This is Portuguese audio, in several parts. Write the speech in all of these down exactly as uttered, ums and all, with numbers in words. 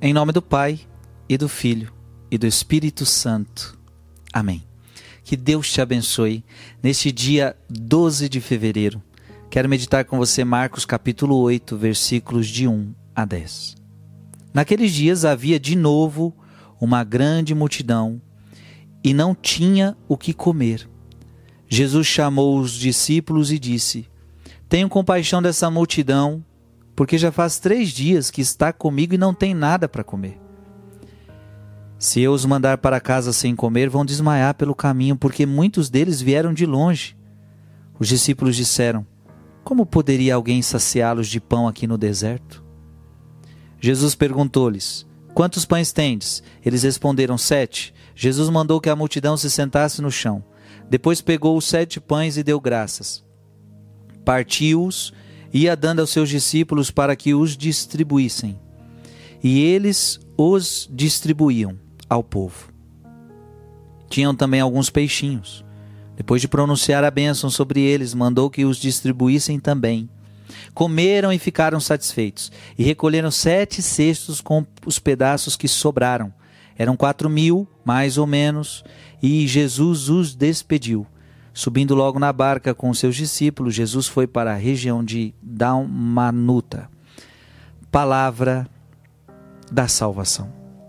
Em nome do Pai, e do Filho, e do Espírito Santo. Amém. Que Deus te abençoe neste dia doze de fevereiro. Quero meditar com você Marcos capítulo oito, versículos de um a dez. Naqueles dias havia de novo uma grande multidão e não tinha o que comer. Jesus chamou os discípulos e disse: Tenho compaixão dessa multidão, porque já faz três dias que está comigo e não tem nada para comer. Se eu os mandar para casa sem comer, vão desmaiar pelo caminho, porque muitos deles vieram de longe. Os discípulos disseram: Como poderia alguém saciá-los de pão aqui no deserto? Jesus perguntou-lhes: Quantos pães tendes? Eles responderam: Sete. Jesus mandou que a multidão se sentasse no chão. Depois pegou os sete pães e deu graças. Partiu-os e ia dando aos seus discípulos para que os distribuíssem. E eles os distribuíam ao povo. Tinham também alguns peixinhos. Depois de pronunciar a bênção sobre eles, mandou que os distribuíssem também. Comeram e ficaram satisfeitos, e recolheram sete cestos com os pedaços que sobraram. Eram quatro mil, mais ou menos, e Jesus os despediu. Subindo logo na barca com seus discípulos, Jesus foi para a região de Dalmanuta. Palavra da salvação.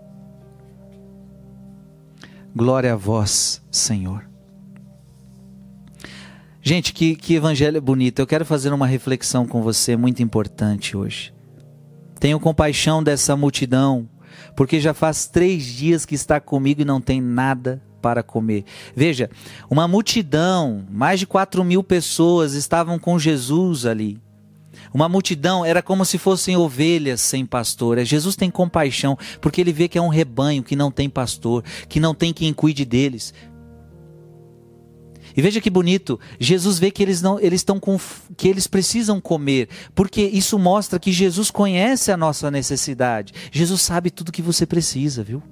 Glória a vós, Senhor. Gente, que, que evangelho bonito. Eu quero fazer uma reflexão com você muito importante hoje. Tenho compaixão dessa multidão, porque já faz três dias que está comigo e não tem nada para comer. Veja, uma multidão, mais de quatro mil pessoas estavam com Jesus ali. Uma multidão era como se fossem ovelhas sem pastor. Jesus tem compaixão, porque ele vê que é um rebanho que não tem pastor, que não tem quem cuide deles. E veja que bonito, Jesus vê que eles não, eles estão com, que eles precisam comer, porque isso mostra que Jesus conhece a nossa necessidade. Jesus sabe tudo que você precisa, viu?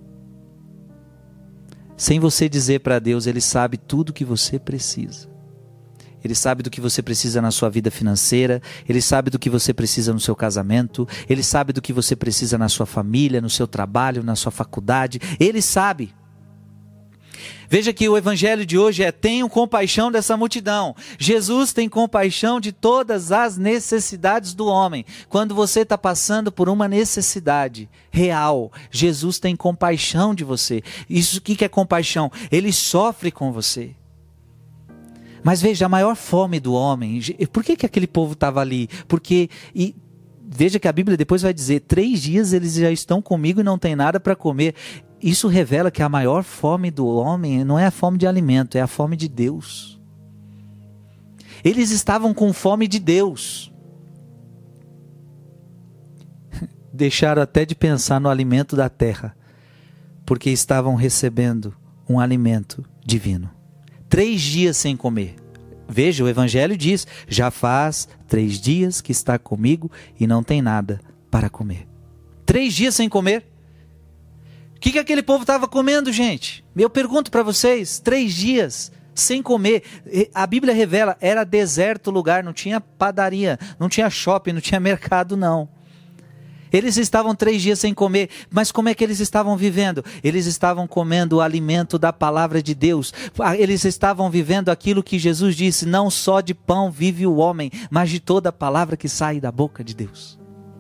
Sem você dizer para Deus, Ele sabe tudo que você precisa. Ele sabe do que você precisa na sua vida financeira, Ele sabe do que você precisa no seu casamento, Ele sabe do que você precisa na sua família, no seu trabalho, na sua faculdade, Ele sabe. Veja que o evangelho de hoje é: tenham compaixão dessa multidão. Jesus tem compaixão de todas as necessidades do homem. Quando você está passando por uma necessidade real, Jesus tem compaixão de você. Isso, o que é compaixão? Ele sofre com você. Mas veja, a maior fome do homem, por que, que aquele povo estava ali? Porque, e, veja que a Bíblia depois vai dizer, três dias eles já estão comigo e não tem nada para comer. Isso revela que a maior fome do homem não é a fome de alimento, é a fome de Deus. Eles estavam com fome de Deus. Deixaram até de pensar no alimento da terra, porque estavam recebendo um alimento divino. Três dias sem comer. Veja, o evangelho diz: já faz três dias que está comigo e não tem nada para comer. Três dias sem comer. O que, que aquele povo estava comendo, gente? Eu pergunto para vocês, três dias sem comer. A Bíblia revela, era deserto o lugar, não tinha padaria, não tinha shopping, não tinha mercado não. Eles estavam três dias sem comer, mas como é que eles estavam vivendo? Eles estavam comendo o alimento da palavra de Deus. Eles estavam vivendo aquilo que Jesus disse: não só de pão vive o homem, mas de toda a palavra que sai da boca de Deus.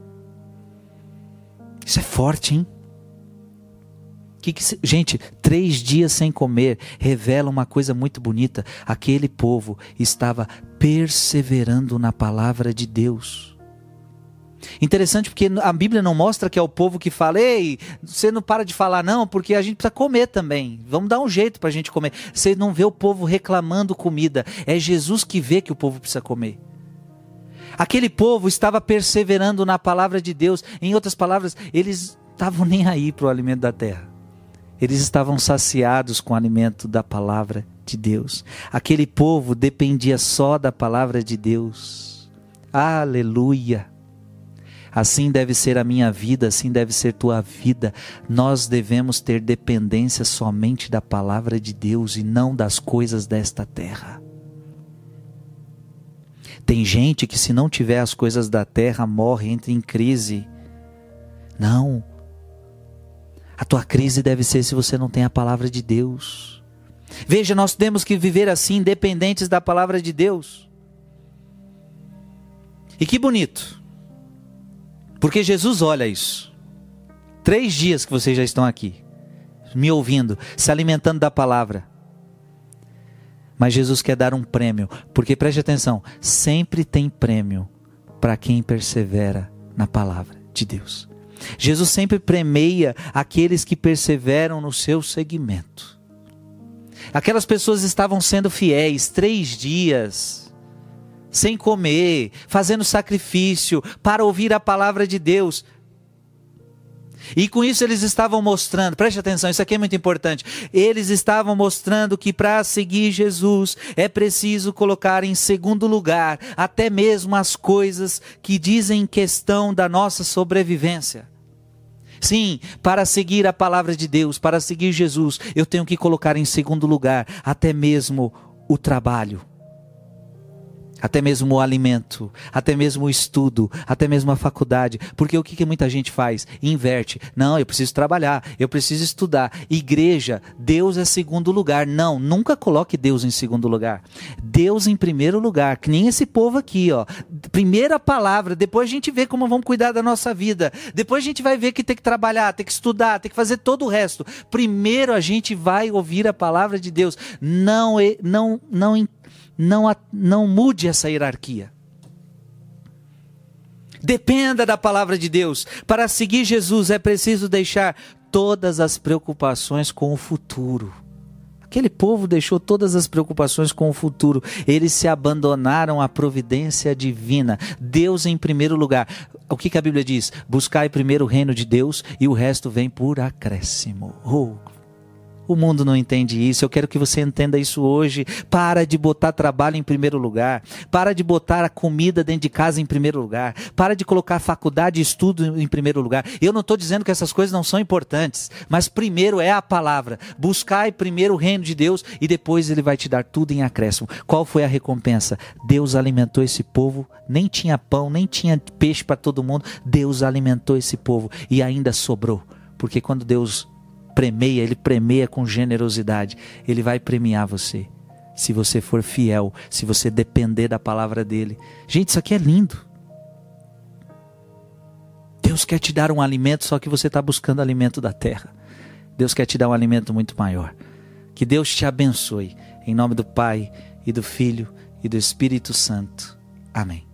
Isso é forte, hein? Que que, gente, três dias sem comer revela uma coisa muito bonita. Aquele povo estava perseverando na palavra de Deus. Interessante, porque a Bíblia não mostra que é o povo que fala: ei, você não para de falar não, porque a gente precisa comer também, vamos dar um jeito para a gente comer. Você não vê o povo reclamando comida, é Jesus que vê que o povo precisa comer. Aquele povo estava perseverando na palavra de Deus. Em outras palavras, eles estavam nem aí para o alimento da terra. Eles estavam saciados com o alimento da palavra de Deus. Aquele povo dependia só da palavra de Deus. Aleluia! Assim deve ser a minha vida, assim deve ser tua vida. Nós devemos ter dependência somente da palavra de Deus e não das coisas desta terra. Tem gente que, se não tiver as coisas da terra, morre, entra em crise. Não. A tua crise deve ser se você não tem a palavra de Deus. Veja, nós temos que viver assim, independentes da palavra de Deus. E que bonito, porque Jesus olha isso. Três dias que vocês já estão aqui, me ouvindo, se alimentando da palavra. Mas Jesus quer dar um prêmio, porque preste atenção, sempre tem prêmio para quem persevera na palavra de Deus. Jesus sempre premia aqueles que perseveram no seu seguimento. Aquelas pessoas estavam sendo fiéis três dias, sem comer, fazendo sacrifício para ouvir a palavra de Deus. E com isso eles estavam mostrando, preste atenção, isso aqui é muito importante. Eles estavam mostrando que para seguir Jesus é preciso colocar em segundo lugar até mesmo as coisas que dizem questão da nossa sobrevivência. Sim, para seguir a palavra de Deus, para seguir Jesus, eu tenho que colocar em segundo lugar até mesmo o trabalho. Até mesmo o alimento, até mesmo o estudo, até mesmo a faculdade. Porque o que, que muita gente faz? Inverte. Não, eu preciso trabalhar, eu preciso estudar. Igreja, Deus é segundo lugar. Não, nunca coloque Deus em segundo lugar. Deus em primeiro lugar, que nem esse povo aqui, ó. Primeira palavra, depois a gente vê como vamos cuidar da nossa vida. Depois a gente vai ver que tem que trabalhar, tem que estudar, tem que fazer todo o resto. Primeiro a gente vai ouvir a palavra de Deus. Não, não, não Não, não mude essa hierarquia. Dependa da palavra de Deus. Para seguir Jesus é preciso deixar todas as preocupações com o futuro. Aquele povo deixou todas as preocupações com o futuro. Eles se abandonaram à providência divina. Deus em primeiro lugar. O que, que a Bíblia diz? Buscai primeiro o reino de Deus e o resto vem por acréscimo. Oh, o mundo não entende isso, eu quero que você entenda isso hoje. Para de botar trabalho em primeiro lugar, para de botar a comida dentro de casa em primeiro lugar, para de colocar faculdade e estudo em primeiro lugar. Eu não estou dizendo que essas coisas não são importantes, mas primeiro é a palavra. Buscai primeiro o reino de Deus e depois ele vai te dar tudo em acréscimo. Qual foi a recompensa? Deus alimentou esse povo, nem tinha pão, nem tinha peixe para todo mundo. Deus alimentou esse povo e ainda sobrou, porque quando Deus premeia, Ele premeia com generosidade. Ele vai premiar você, se você for fiel, se você depender da palavra dEle. Gente, isso aqui é lindo. Deus quer te dar um alimento, só que você está buscando alimento da terra. Deus quer te dar um alimento muito maior. Que Deus te abençoe, em nome do Pai, e do Filho, e do Espírito Santo. Amém.